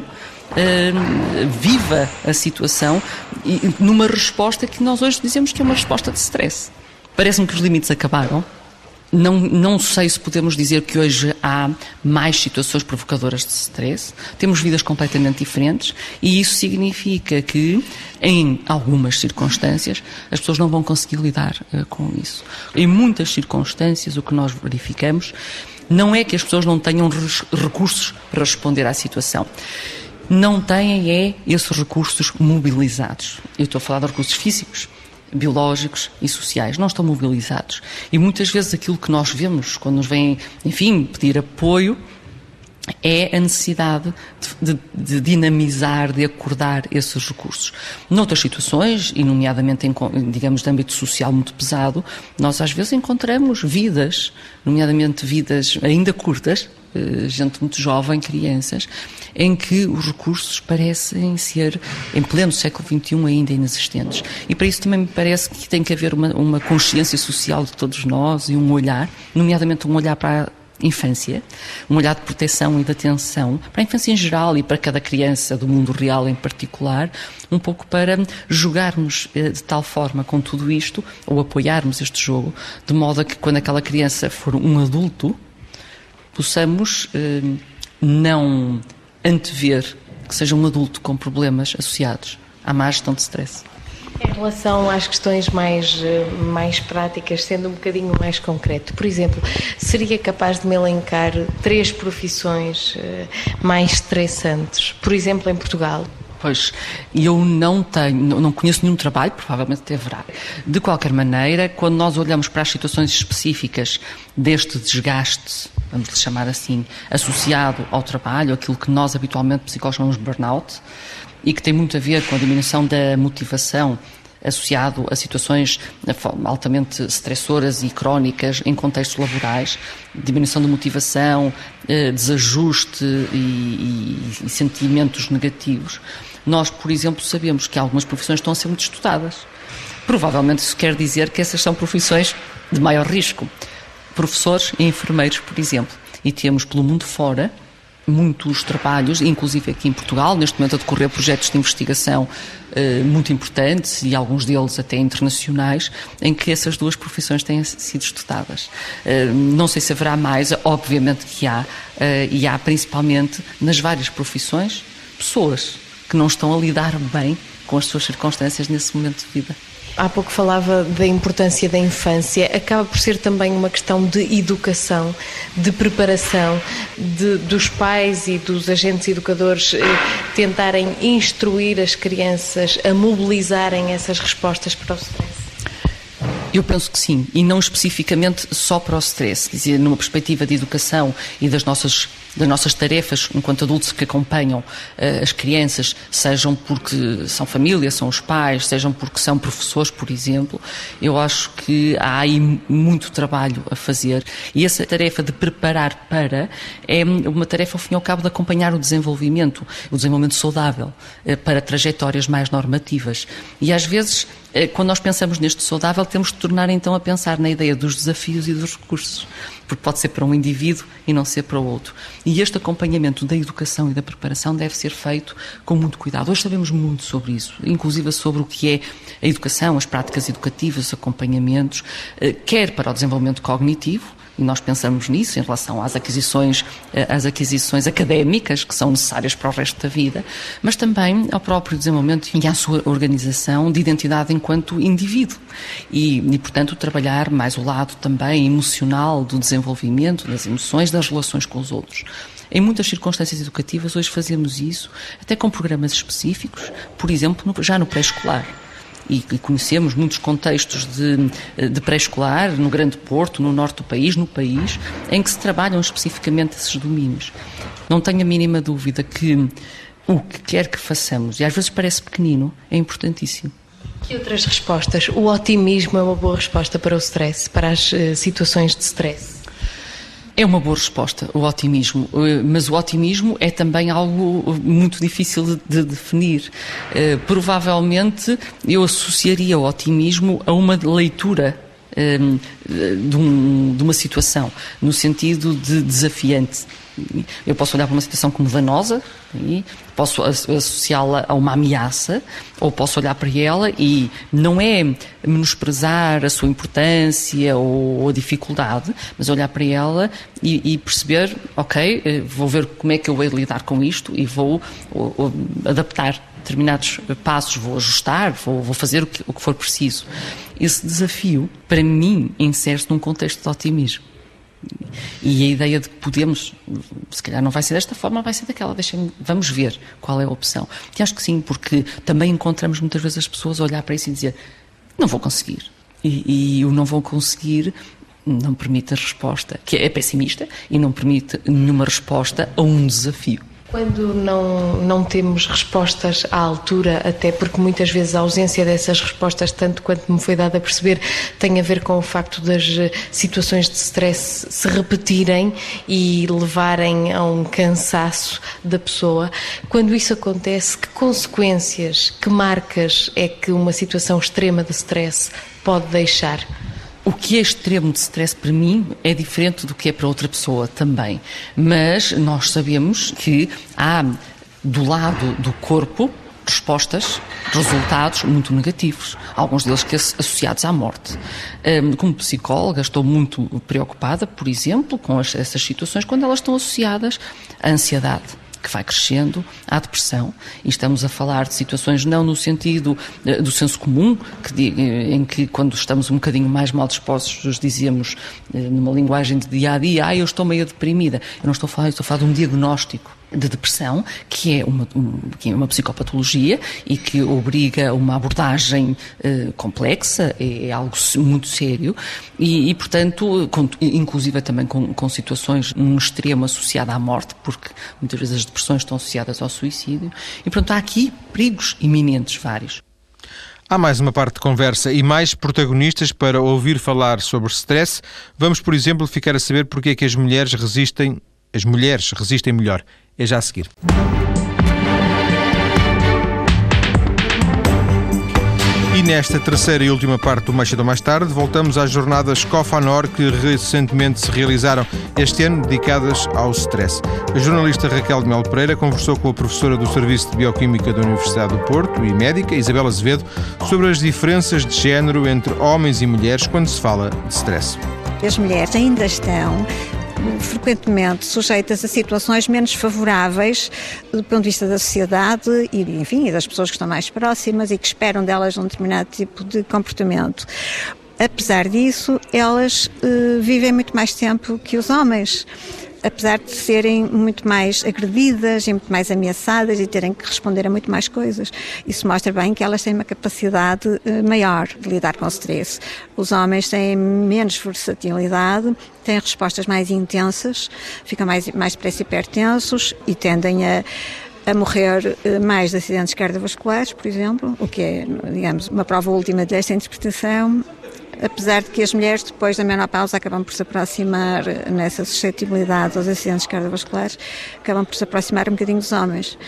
[SPEAKER 4] viva a situação numa resposta que nós hoje dizemos que é uma resposta de stress. Parece-me que os limites acabaram. Não, não sei se podemos dizer que hoje há mais situações provocadoras de stress. Temos vidas completamente diferentes e isso significa que, em algumas circunstâncias, as pessoas não vão conseguir lidar uh, com isso. Em muitas circunstâncias, o que nós verificamos não é que as pessoas não tenham recursos para responder à situação. Não têm é esses recursos mobilizados. Eu estou a falar de recursos físicos, biológicos e sociais, não estão mobilizados. E muitas vezes aquilo que nós vemos quando nos vêm, enfim, pedir apoio é a necessidade de, de, de dinamizar, de acordar esses recursos. Noutras situações, e nomeadamente em, digamos, de âmbito social muito pesado, nós às vezes encontramos vidas, nomeadamente vidas ainda curtas, gente muito jovem, crianças, em que os recursos parecem ser, em pleno século vinte e um, ainda inexistentes. E para isso também me parece que tem que haver uma, uma consciência social de todos nós e um olhar, nomeadamente um olhar para a infância, um olhar de proteção e de atenção para a infância em geral e para cada criança do mundo real em particular, um pouco para jogarmos de tal forma com tudo isto, ou apoiarmos este jogo, de modo a que quando aquela criança for um adulto, possamos eh, não antever que seja um adulto com problemas associados à má gestão de stress.
[SPEAKER 3] Em relação às questões mais, mais práticas, sendo um bocadinho mais concreto, por exemplo, seria capaz de me elencar três profissões mais estressantes, por exemplo, em Portugal?
[SPEAKER 4] Pois, eu não tenho, não conheço nenhum trabalho, provavelmente haverá. De qualquer maneira, quando nós olhamos para as situações específicas deste desgaste, vamos lhe chamar assim, associado ao trabalho, aquilo que nós habitualmente psicólogos chamamos burnout, e que tem muito a ver com a diminuição da motivação associado a situações altamente estressoras e crónicas em contextos laborais, diminuição de motivação, desajuste e, e, e sentimentos negativos. Nós, por exemplo, sabemos que algumas profissões estão a ser muito estudadas. Provavelmente isso quer dizer que essas são profissões de maior risco. Professores e enfermeiros, por exemplo. E temos pelo mundo fora muitos trabalhos, inclusive aqui em Portugal, neste momento a decorrer projetos de investigação eh, muito importantes e alguns deles até internacionais, em que essas duas profissões têm sido estudadas. Eh, não sei se haverá mais, obviamente que há, eh, e há principalmente nas várias profissões pessoas que não estão a lidar bem com as suas circunstâncias nesse momento de vida.
[SPEAKER 5] Há pouco falava da importância da infância, acaba por ser também uma questão de educação, de preparação, de, dos pais e dos agentes educadores eh, tentarem instruir as crianças a mobilizarem essas respostas para o stress.
[SPEAKER 4] Eu penso que sim, e não especificamente só para o stress, quer dizer, numa perspectiva de educação e das nossas, das nossas tarefas enquanto adultos que acompanham uh, as crianças, sejam porque são família, são os pais, sejam porque são professores, por exemplo, eu acho que há aí muito trabalho a fazer, e essa tarefa de preparar para é uma tarefa, ao fim e ao cabo, de acompanhar o desenvolvimento, o desenvolvimento saudável, uh, para trajetórias mais normativas. E às vezes, uh, quando nós pensamos neste saudável, temos de tornar então a pensar na ideia dos desafios e dos recursos, porque pode ser para um indivíduo e não ser para o outro. E este acompanhamento da educação e da preparação deve ser feito com muito cuidado. Hoje sabemos muito sobre isso, inclusive sobre o que é a educação, as práticas educativas, os acompanhamentos, quer para o desenvolvimento cognitivo, e nós pensamos nisso em relação às aquisições, às aquisições académicas que são necessárias para o resto da vida, mas também ao próprio desenvolvimento e à sua organização de identidade enquanto indivíduo. E, e, portanto, trabalhar mais o lado também emocional do desenvolvimento, das emoções, das relações com os outros. Em muitas circunstâncias educativas, hoje fazemos isso, até com programas específicos, por exemplo, no, já no pré-escolar. E conhecemos muitos contextos de, de pré-escolar, no Grande Porto, no norte do país, no país, em que se trabalham especificamente esses domínios. Não tenho a mínima dúvida que o que quer que façamos, e às vezes parece pequenino, é importantíssimo.
[SPEAKER 5] Que outras respostas? O otimismo é uma boa resposta para o stress, para as uh, situações de stress?
[SPEAKER 4] É uma boa resposta, o otimismo, mas o otimismo é também algo muito difícil de, de definir. Uh, provavelmente eu associaria o otimismo a uma leitura um, de, um, de uma situação, no sentido de desafiante. Eu posso olhar para uma situação como danosa, e posso associá-la a uma ameaça, ou posso olhar para ela e não é menosprezar a sua importância ou a dificuldade, mas olhar para ela e, e perceber, ok, vou ver como é que eu vou lidar com isto e vou ou, ou, adaptar determinados passos, vou ajustar, vou, vou fazer o que, o que for preciso. Esse desafio, para mim, insere-se num contexto de otimismo. E a ideia de que podemos, se calhar não vai ser desta forma, vai ser daquela, deixem, vamos ver qual é a opção. E acho que sim, porque também encontramos muitas vezes as pessoas a olhar para isso e dizer, não vou conseguir. E, e o não vou conseguir não permite a resposta, que é pessimista e não permite nenhuma resposta a um desafio.
[SPEAKER 5] Quando não, não temos respostas à altura, até porque muitas vezes a ausência dessas respostas, tanto quanto me foi dado a perceber, tem a ver com o facto das situações de stress se repetirem e levarem a um cansaço da pessoa. Quando isso acontece, que consequências, que marcas é que uma situação extrema de stress pode deixar?
[SPEAKER 4] O que é extremo de stress para mim é diferente do que é para outra pessoa também, mas nós sabemos que há do lado do corpo respostas, resultados muito negativos, alguns deles que associados à morte. Como psicóloga estou muito preocupada, por exemplo, com essas situações quando elas estão associadas à ansiedade, que vai crescendo, à depressão, e estamos a falar de situações não no sentido uh, do senso comum, que, em que quando estamos um bocadinho mais mal dispostos dizemos, uh, numa linguagem de dia a dia, ah, eu estou meio deprimida. Eu não estou a falar, eu estou a falar de um diagnóstico de depressão, que é uma, um, que é uma psicopatologia e que obriga a uma abordagem eh, complexa, é, é algo muito sério e, e portanto, com, inclusive também com, com situações num extremo associado à morte, porque muitas vezes as depressões estão associadas ao suicídio e, portanto, há aqui perigos iminentes vários.
[SPEAKER 1] Há mais uma parte de conversa e mais protagonistas para ouvir falar sobre stress. Vamos, por exemplo, ficar a saber porque é que as mulheres resistem, as mulheres resistem melhor. É já a seguir. E nesta terceira e última parte do Mais Cedo ou Mais Tarde, voltamos às jornadas Cofanor que recentemente se realizaram este ano, dedicadas ao stress. A jornalista Raquel de Melo Pereira conversou com a professora do Serviço de Bioquímica da Universidade do Porto e médica, Isabel Azevedo, sobre as diferenças de género entre homens e mulheres quando se fala de stress.
[SPEAKER 6] As mulheres ainda estão frequentemente sujeitas a situações menos favoráveis do ponto de vista da sociedade e, enfim, das pessoas que estão mais próximas e que esperam delas um determinado tipo de comportamento. Apesar disso, elas uh, vivem muito mais tempo que os homens, apesar de serem muito mais agredidas e muito mais ameaçadas e terem que responder a muito mais coisas. Isso mostra bem que elas têm uma capacidade uh, maior de lidar com o stress. Os homens têm menos versatilidade, têm respostas mais intensas, ficam mais, mais depressa hipertensos e tendem a a morrer mais de acidentes cardiovasculares, por exemplo, o que é, digamos, uma prova última desta interpretação, apesar de que as mulheres depois da menopausa acabam por se aproximar nessa suscetibilidade aos acidentes cardiovasculares, acabam por se aproximar um bocadinho dos homens,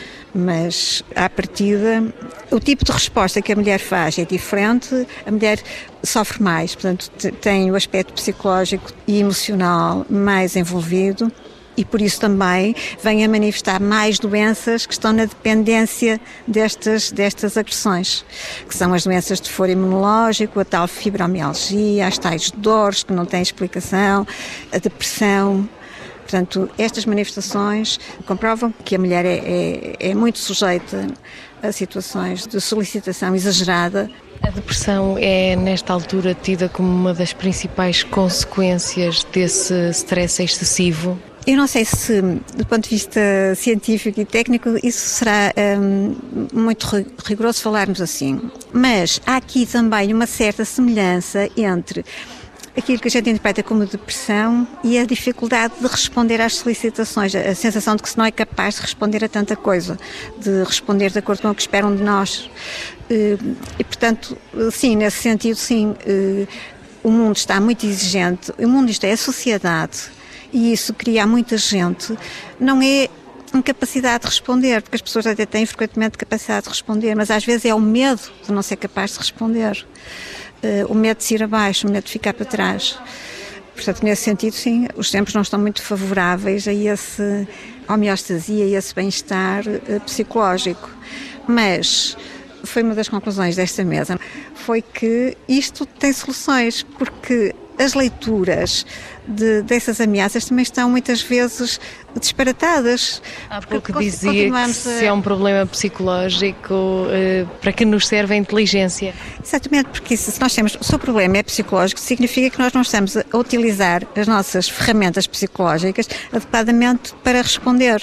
[SPEAKER 6] mas à partida o tipo de resposta que a mulher faz é diferente, a mulher sofre mais, portanto tem o aspecto psicológico e emocional mais envolvido. E por isso também vem a manifestar mais doenças que estão na dependência destas, destas agressões, que são as doenças de foro imunológico, a tal fibromialgia, as tais dores que não têm explicação, a depressão. Portanto, estas manifestações comprovam que a mulher é, é, é muito sujeita a situações de solicitação exagerada.
[SPEAKER 5] A depressão é, nesta altura, tida como uma das principais consequências desse stress excessivo?
[SPEAKER 6] Eu não sei se, do ponto de vista científico e técnico, isso será hum, muito rigoroso falarmos assim. Mas há aqui também uma certa semelhança entre aquilo que a gente interpreta como depressão e a dificuldade de responder às solicitações, a sensação de que se não é capaz de responder a tanta coisa, de responder de acordo com o que esperam de nós. E, portanto, sim, nesse sentido, sim, o mundo está muito exigente, o mundo, isto é, a sociedade, e isso cria muita gente, não é incapacidade de responder, porque as pessoas até têm frequentemente capacidade de responder, mas às vezes é o medo de não ser capaz de responder, uh, o medo de se ir abaixo, o medo de ficar para trás. Portanto, nesse sentido, sim, os tempos não estão muito favoráveis a esse homeostasia e esse bem-estar uh, psicológico. Mas foi uma das conclusões desta mesa, foi que isto tem soluções, porque as leituras de, dessas ameaças também estão muitas vezes disparatadas.
[SPEAKER 5] Há pouco dizia que a... se é um problema psicológico, uh, para que nos serve a inteligência?
[SPEAKER 6] Exatamente, porque se nós temos, se o problema é psicológico, significa que nós não estamos a utilizar as nossas ferramentas psicológicas adequadamente para responder.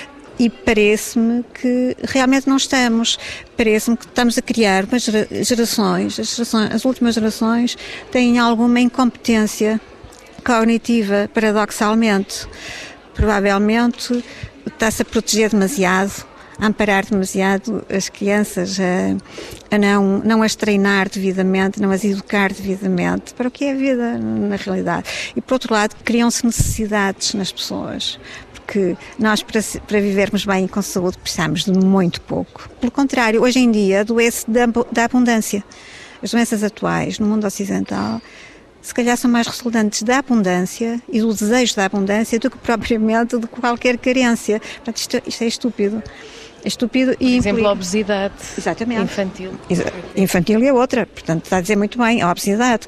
[SPEAKER 6] E parece-me que realmente não estamos. Parece-me que estamos a criar umas gerações, as, gerações, as últimas gerações têm alguma incompetência cognitiva, paradoxalmente. Provavelmente está-se a proteger demasiado, a amparar demasiado as crianças, a, a não, não as treinar devidamente, não as educar devidamente para o que é a vida na realidade. E por outro lado, criam-se necessidades nas pessoas. Que nós, para, para vivermos bem e com saúde, precisamos de muito pouco. Pelo contrário, hoje em dia, adoece da, da abundância. As doenças atuais, no mundo ocidental, se calhar são mais resultantes da abundância e do desejo da abundância do que propriamente de qualquer carência. Portanto, isto, isto é estúpido. É estúpido.
[SPEAKER 5] Por
[SPEAKER 6] e
[SPEAKER 5] exemplo,
[SPEAKER 6] implica...
[SPEAKER 5] a obesidade.
[SPEAKER 6] Exatamente.
[SPEAKER 5] Infantil.
[SPEAKER 6] Exa- infantil é outra. Portanto, está a dizer muito bem, a obesidade.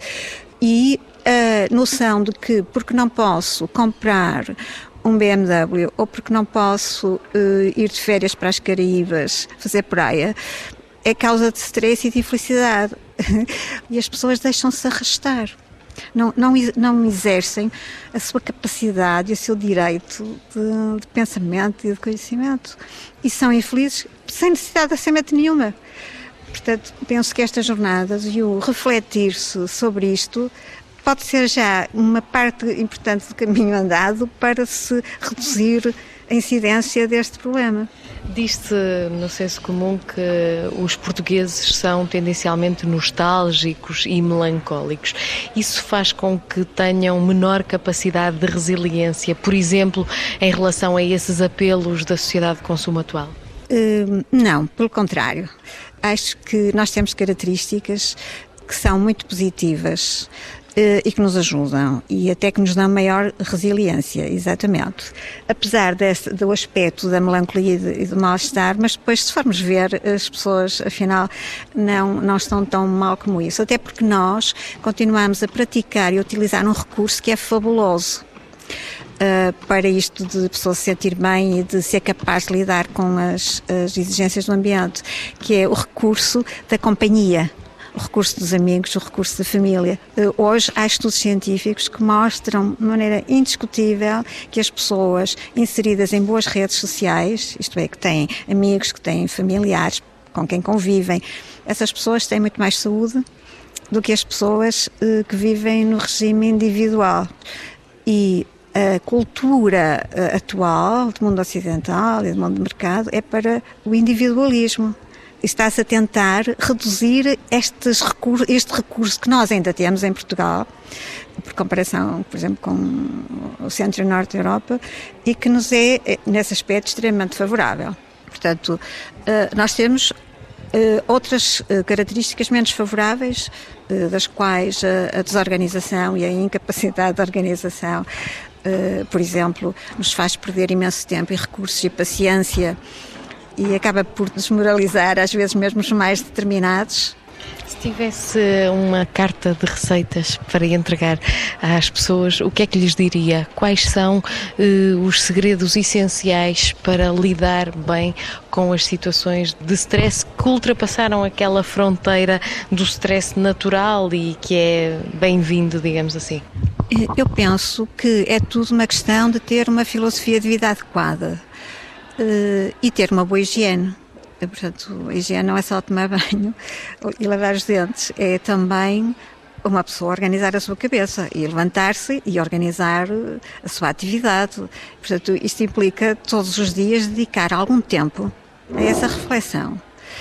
[SPEAKER 6] E a noção de que, porque não posso comprar um B M W, ou porque não posso uh, ir de férias para as Caraíbas, fazer praia, é causa de stress e de infelicidade. E as pessoas deixam-se arrastar. Não, não, não exercem a sua capacidade e o seu direito de, de pensamento e de conhecimento. E são infelizes sem necessidade de assentamento nenhuma. Portanto, penso que estas jornadas e o refletir-se sobre isto pode ser já uma parte importante do caminho andado para se reduzir a incidência deste problema.
[SPEAKER 5] Diz-se no senso comum que os portugueses são tendencialmente nostálgicos e melancólicos. Isso faz com que tenham menor capacidade de resiliência, por exemplo, em relação a esses apelos da sociedade de consumo atual?
[SPEAKER 6] Uh, não, pelo contrário. Acho que nós temos características que são muito positivas e que nos ajudam e até que nos dão maior resiliência, exatamente. Apesar desse, do aspecto da melancolia e do mal-estar, mas depois se formos ver, as pessoas afinal não, não estão tão mal como isso, até porque nós continuamos a praticar e a utilizar um recurso que é fabuloso uh, para isto de a pessoa se sentir bem e de ser capaz de lidar com as, as exigências do ambiente, que é o recurso da companhia. O recurso dos amigos, o recurso da família. Hoje há estudos científicos que mostram de maneira indiscutível que as pessoas inseridas em boas redes sociais, isto é, que têm amigos, que têm familiares com quem convivem, essas pessoas têm muito mais saúde do que as pessoas que vivem no regime individual. E a cultura atual do mundo ocidental e do mundo do mercado é para o individualismo. Está-se a tentar reduzir estes recursos, este recurso que nós ainda temos em Portugal, por comparação, por exemplo, com o centro e norte da Europa, e que nos é, nesse aspecto, extremamente favorável. Portanto, nós temos outras características menos favoráveis, das quais a desorganização e a incapacidade de organização, por exemplo, nos faz perder imenso tempo e recursos e paciência, e acaba por desmoralizar, às vezes mesmo os mais determinados.
[SPEAKER 5] Se tivesse uma carta de receitas para entregar às pessoas, o que é que lhes diria? Quais são eh, os segredos essenciais para lidar bem com as situações de stress que ultrapassaram aquela fronteira do stress natural e que é bem-vindo, digamos assim?
[SPEAKER 6] Eu penso que é tudo uma questão de ter uma filosofia de vida adequada. Uh, e ter uma boa higiene. Portanto, a higiene não é só tomar banho e lavar os dentes, é também uma pessoa organizar a sua cabeça e levantar-se e organizar a sua atividade. Portanto, isto implica todos os dias dedicar algum tempo a essa reflexão.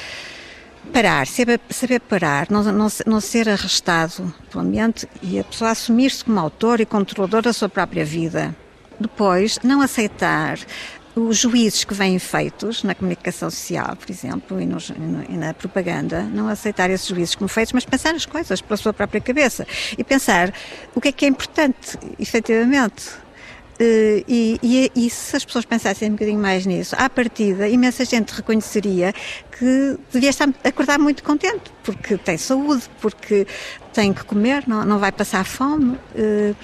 [SPEAKER 6] Parar, saber, saber parar, não, não, não ser arrastado pelo ambiente e a pessoa assumir-se como autor e controlador da sua própria vida. Depois, não aceitar os juízos que vêm feitos na comunicação social, por exemplo, e, nos, e na propaganda, não aceitar esses juízos como feitos, mas pensar as coisas pela sua própria cabeça e pensar o que é que é importante, efetivamente. Uh, e, e, e se as pessoas pensassem um bocadinho mais nisso, à partida, imensa gente reconheceria que devia estar, acordar muito contente, porque tem saúde, porque tem que comer, não, não vai passar fome, uh,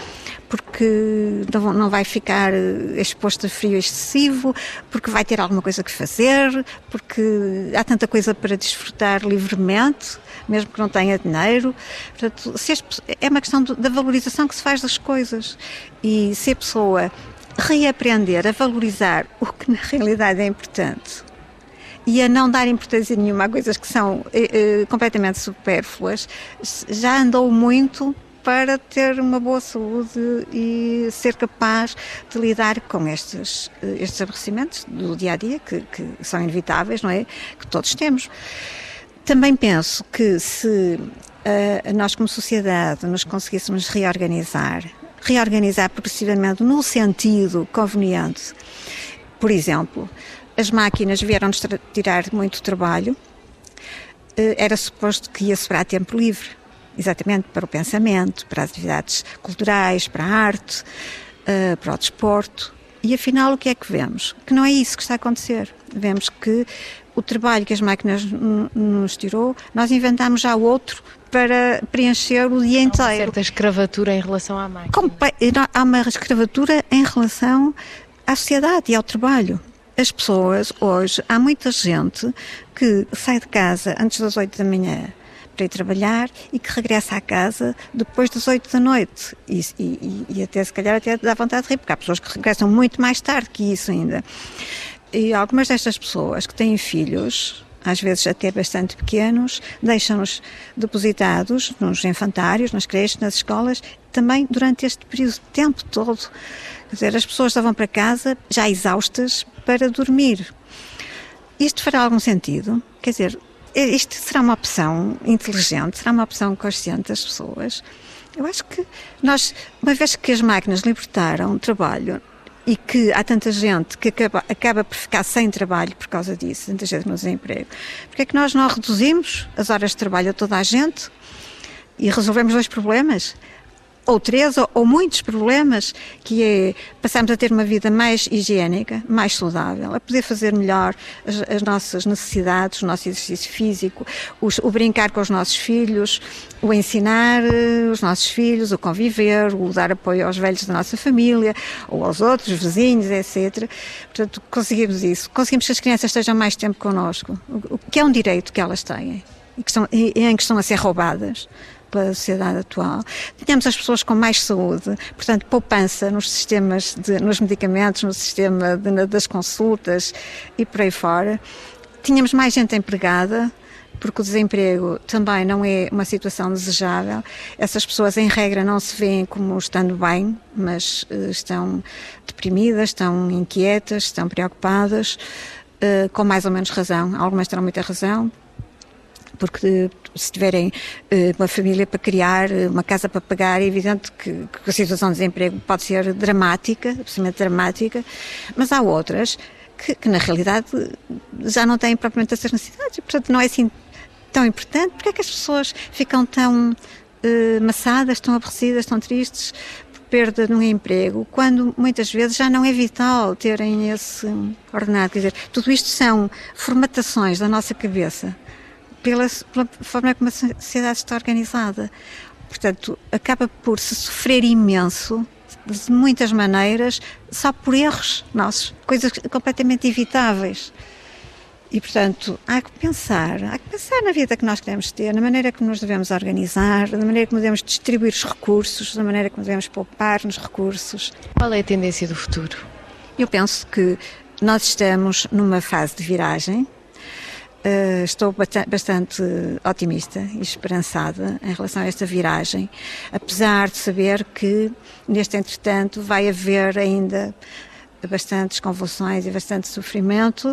[SPEAKER 6] porque não, não vai ficar exposto a frio excessivo, porque vai ter alguma coisa que fazer, porque há tanta coisa para desfrutar livremente, mesmo que não tenha dinheiro. Portanto, se as, é uma questão da valorização que se faz das coisas. E se a pessoa reaprender a valorizar o que na realidade é importante e a não dar importância nenhuma a coisas que são eh, eh, completamente supérfluas, já andou muito para ter uma boa saúde e ser capaz de lidar com estes, estes aborrecimentos do dia-a-dia, que, que são inevitáveis, não é? Que todos temos. Também penso que se uh, nós como sociedade nos conseguíssemos reorganizar, reorganizar progressivamente no sentido conveniente, por exemplo, as máquinas vieram-nos tirar muito trabalho, uh, era suposto que ia sobrar tempo livre, exatamente para o pensamento, para as atividades culturais, para a arte, uh, para o desporto. E afinal o que é que vemos? Que não é isso que está a acontecer. Vemos que o trabalho que as máquinas n- nos tirou, nós inventámos já outro para preencher o dia inteiro. Há uma
[SPEAKER 5] certa escravatura em relação à máquina.
[SPEAKER 6] Compa- há uma escravatura em relação à sociedade e ao trabalho. As pessoas hoje, há muita gente que sai de casa antes das oito da manhã, para ir trabalhar e que regressa à casa depois das oito da noite. E, e, e até se calhar até dá vontade de rir, porque há pessoas que regressam muito mais tarde que isso ainda. E algumas destas pessoas que têm filhos, às vezes até bastante pequenos, deixam-nos depositados nos infantários, nas creches, nas escolas, também durante este período de tempo todo. Quer dizer, as pessoas só vão para casa já exaustas para dormir. Isto fará algum sentido? Quer dizer, isto será uma opção inteligente, será uma opção consciente das pessoas? Eu acho que nós, uma vez que as máquinas libertaram o trabalho e que há tanta gente que acaba, acaba por ficar sem trabalho por causa disso, tanta gente no desemprego, porque é que nós não reduzimos as horas de trabalho a toda a gente e resolvemos dois problemas? Ou três, ou, ou muitos problemas, que é passarmos a ter uma vida mais higiênica, mais saudável, a poder fazer melhor as, as nossas necessidades, o nosso exercício físico, os, o brincar com os nossos filhos, o ensinar os nossos filhos, o conviver, o dar apoio aos velhos da nossa família, ou aos outros vizinhos, etcétera. Portanto, conseguimos isso. Conseguimos que as crianças estejam mais tempo connosco, o, o que é um direito que elas têm, e, que estão, e em que estão a ser roubadas pela sociedade atual. Tínhamos as pessoas com mais saúde, portanto, poupança nos sistemas, de, nos medicamentos, no sistema de, das consultas e por aí fora. Tínhamos mais gente empregada, porque o desemprego também não é uma situação desejável. Essas pessoas, em regra, não se veem como estando bem, mas uh, estão deprimidas, estão inquietas, estão preocupadas, uh, com mais ou menos razão. Algumas terão muita razão, porque se tiverem uh, uma família para criar, uma casa para pagar, é evidente que, que a situação de desemprego pode ser dramática, absolutamente dramática, mas há outras que, que na realidade já não têm propriamente essas necessidades e, portanto, não é assim tão importante. Porque é que as pessoas ficam tão uh, maçadas, tão aborrecidas, tão tristes por perda de um emprego, quando muitas vezes já não é vital terem esse ordenado? Quer dizer, tudo isto são formatações da nossa cabeça Pela, pela forma como a sociedade está organizada. Portanto, acaba por se sofrer imenso, de muitas maneiras, só por erros nossos, coisas completamente evitáveis. E, portanto, há que pensar, há que pensar na vida que nós queremos ter, na maneira como nos devemos organizar, na maneira como devemos distribuir os recursos, na maneira como devemos poupar nos recursos.
[SPEAKER 5] Qual é a tendência do futuro?
[SPEAKER 6] Eu penso que nós estamos numa fase de viragem. Uh, estou bastante otimista e esperançada em relação a esta viragem, apesar de saber que, neste entretanto, vai haver ainda bastantes convulsões e bastante sofrimento,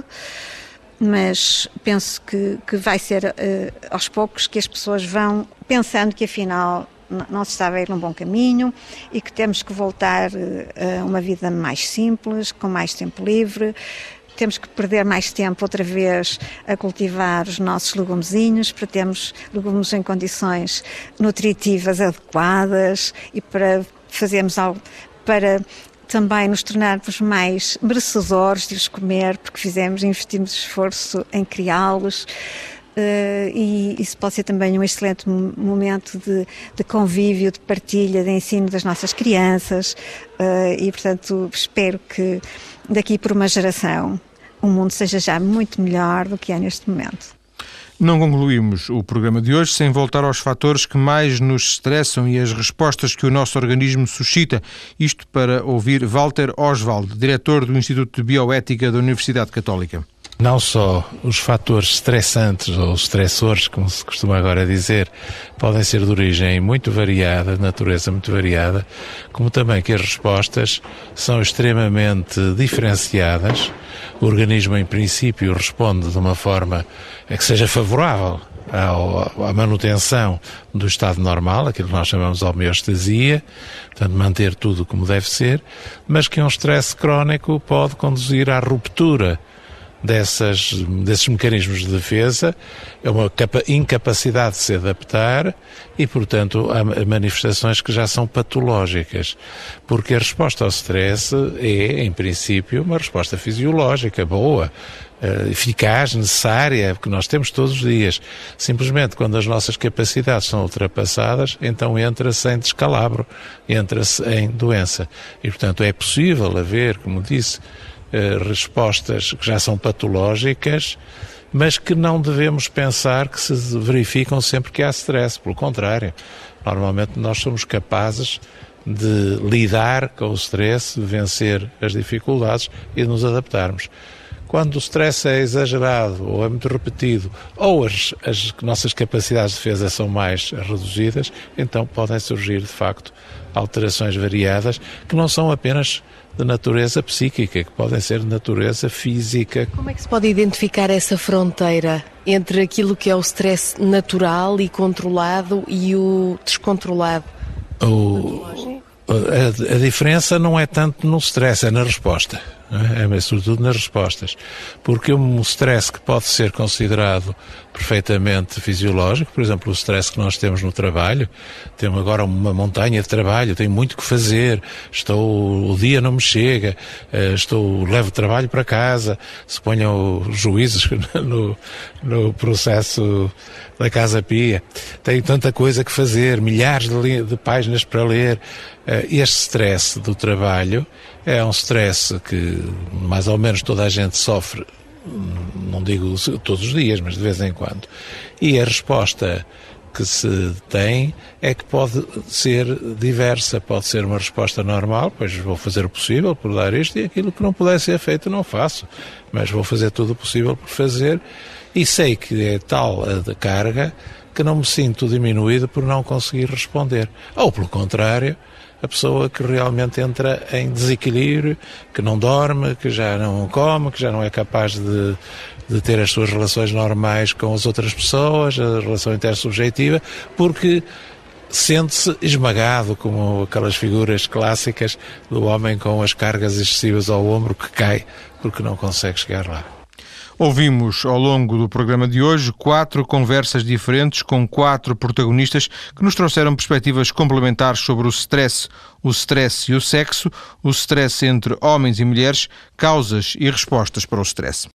[SPEAKER 6] mas penso que, que vai ser uh, aos poucos que as pessoas vão pensando que, afinal, não se estava a ir num bom caminho e que temos que voltar uh, a uma vida mais simples, com mais tempo livre. Temos que perder mais tempo outra vez a cultivar os nossos legumezinhos, para termos legumes em condições nutritivas adequadas e para fazermos algo para também nos tornarmos mais merecedores de os comer, porque fizemos, investimos esforço em criá-los. Uh, e isso pode ser também um excelente momento de, de convívio, de partilha, de ensino das nossas crianças uh, e, portanto, espero que daqui por uma geração o mundo seja já muito melhor do que é neste momento.
[SPEAKER 1] Não concluímos o programa de hoje sem voltar aos fatores que mais nos estressam e as respostas que o nosso organismo suscita. Isto para ouvir Walter Oswald, diretor do Instituto de Bioética da Universidade Católica.
[SPEAKER 7] Não só os fatores estressantes ou estressores, como se costuma agora dizer, podem ser de origem muito variada, de natureza muito variada, como também que as respostas são extremamente diferenciadas. O organismo, em princípio, responde de uma forma que seja favorável à manutenção do estado normal, aquilo que nós chamamos de homeostasia, portanto, manter tudo como deve ser, mas que um stress crónico pode conduzir à ruptura Dessas, desses mecanismos de defesa, é uma incapacidade de se adaptar e, portanto, há manifestações que já são patológicas, porque a resposta ao stress é, em princípio, uma resposta fisiológica, boa, eficaz, necessária, que nós temos todos os dias. Simplesmente, quando as nossas capacidades são ultrapassadas, então entra-se em descalabro, entra-se em doença. E, portanto, é possível haver, como disse, respostas que já são patológicas, mas que não devemos pensar que se verificam sempre que há stress. Pelo contrário, normalmente nós somos capazes de lidar com o stress, de vencer as dificuldades e de nos adaptarmos. Quando o stress é exagerado ou é muito repetido ou as, as nossas capacidades de defesa são mais reduzidas, então podem surgir, de facto, alterações variadas que não são apenas de natureza psíquica, que podem ser de natureza física.
[SPEAKER 5] Como é que se pode identificar essa fronteira entre aquilo que é o stress natural e controlado e o descontrolado?
[SPEAKER 7] O, a, a diferença não é tanto no stress, é na resposta. É, é sobretudo nas respostas, porque um stress que pode ser considerado perfeitamente fisiológico, por exemplo, o stress que nós temos no trabalho, temos agora uma montanha de trabalho, tenho muito que fazer, estou, o dia não me chega, estou, levo trabalho para casa, se ponham os juízes no, no processo da Casa Pia, tenho tanta coisa que fazer, milhares de, de páginas para ler. Este stress do trabalho é um stress que mais ou menos toda a gente sofre, não digo todos os dias, mas de vez em quando. E a resposta que se tem é que pode ser diversa, pode ser uma resposta normal, pois vou fazer o possível por dar isto, e aquilo que não puder ser feito não faço, mas vou fazer tudo o possível por fazer, e sei que é tal a carga que não me sinto diminuído por não conseguir responder. Ou, pelo contrário, a pessoa que realmente entra em desequilíbrio, que não dorme, que já não come, que já não é capaz de, de ter as suas relações normais com as outras pessoas, a relação intersubjetiva, porque sente-se esmagado, como aquelas figuras clássicas do homem com as cargas excessivas ao ombro que cai porque não consegue chegar lá.
[SPEAKER 1] Ouvimos, ao longo do programa de hoje, quatro conversas diferentes com quatro protagonistas que nos trouxeram perspectivas complementares sobre o stress, o stress e o sexo, o stress entre homens e mulheres, causas e respostas para o stress.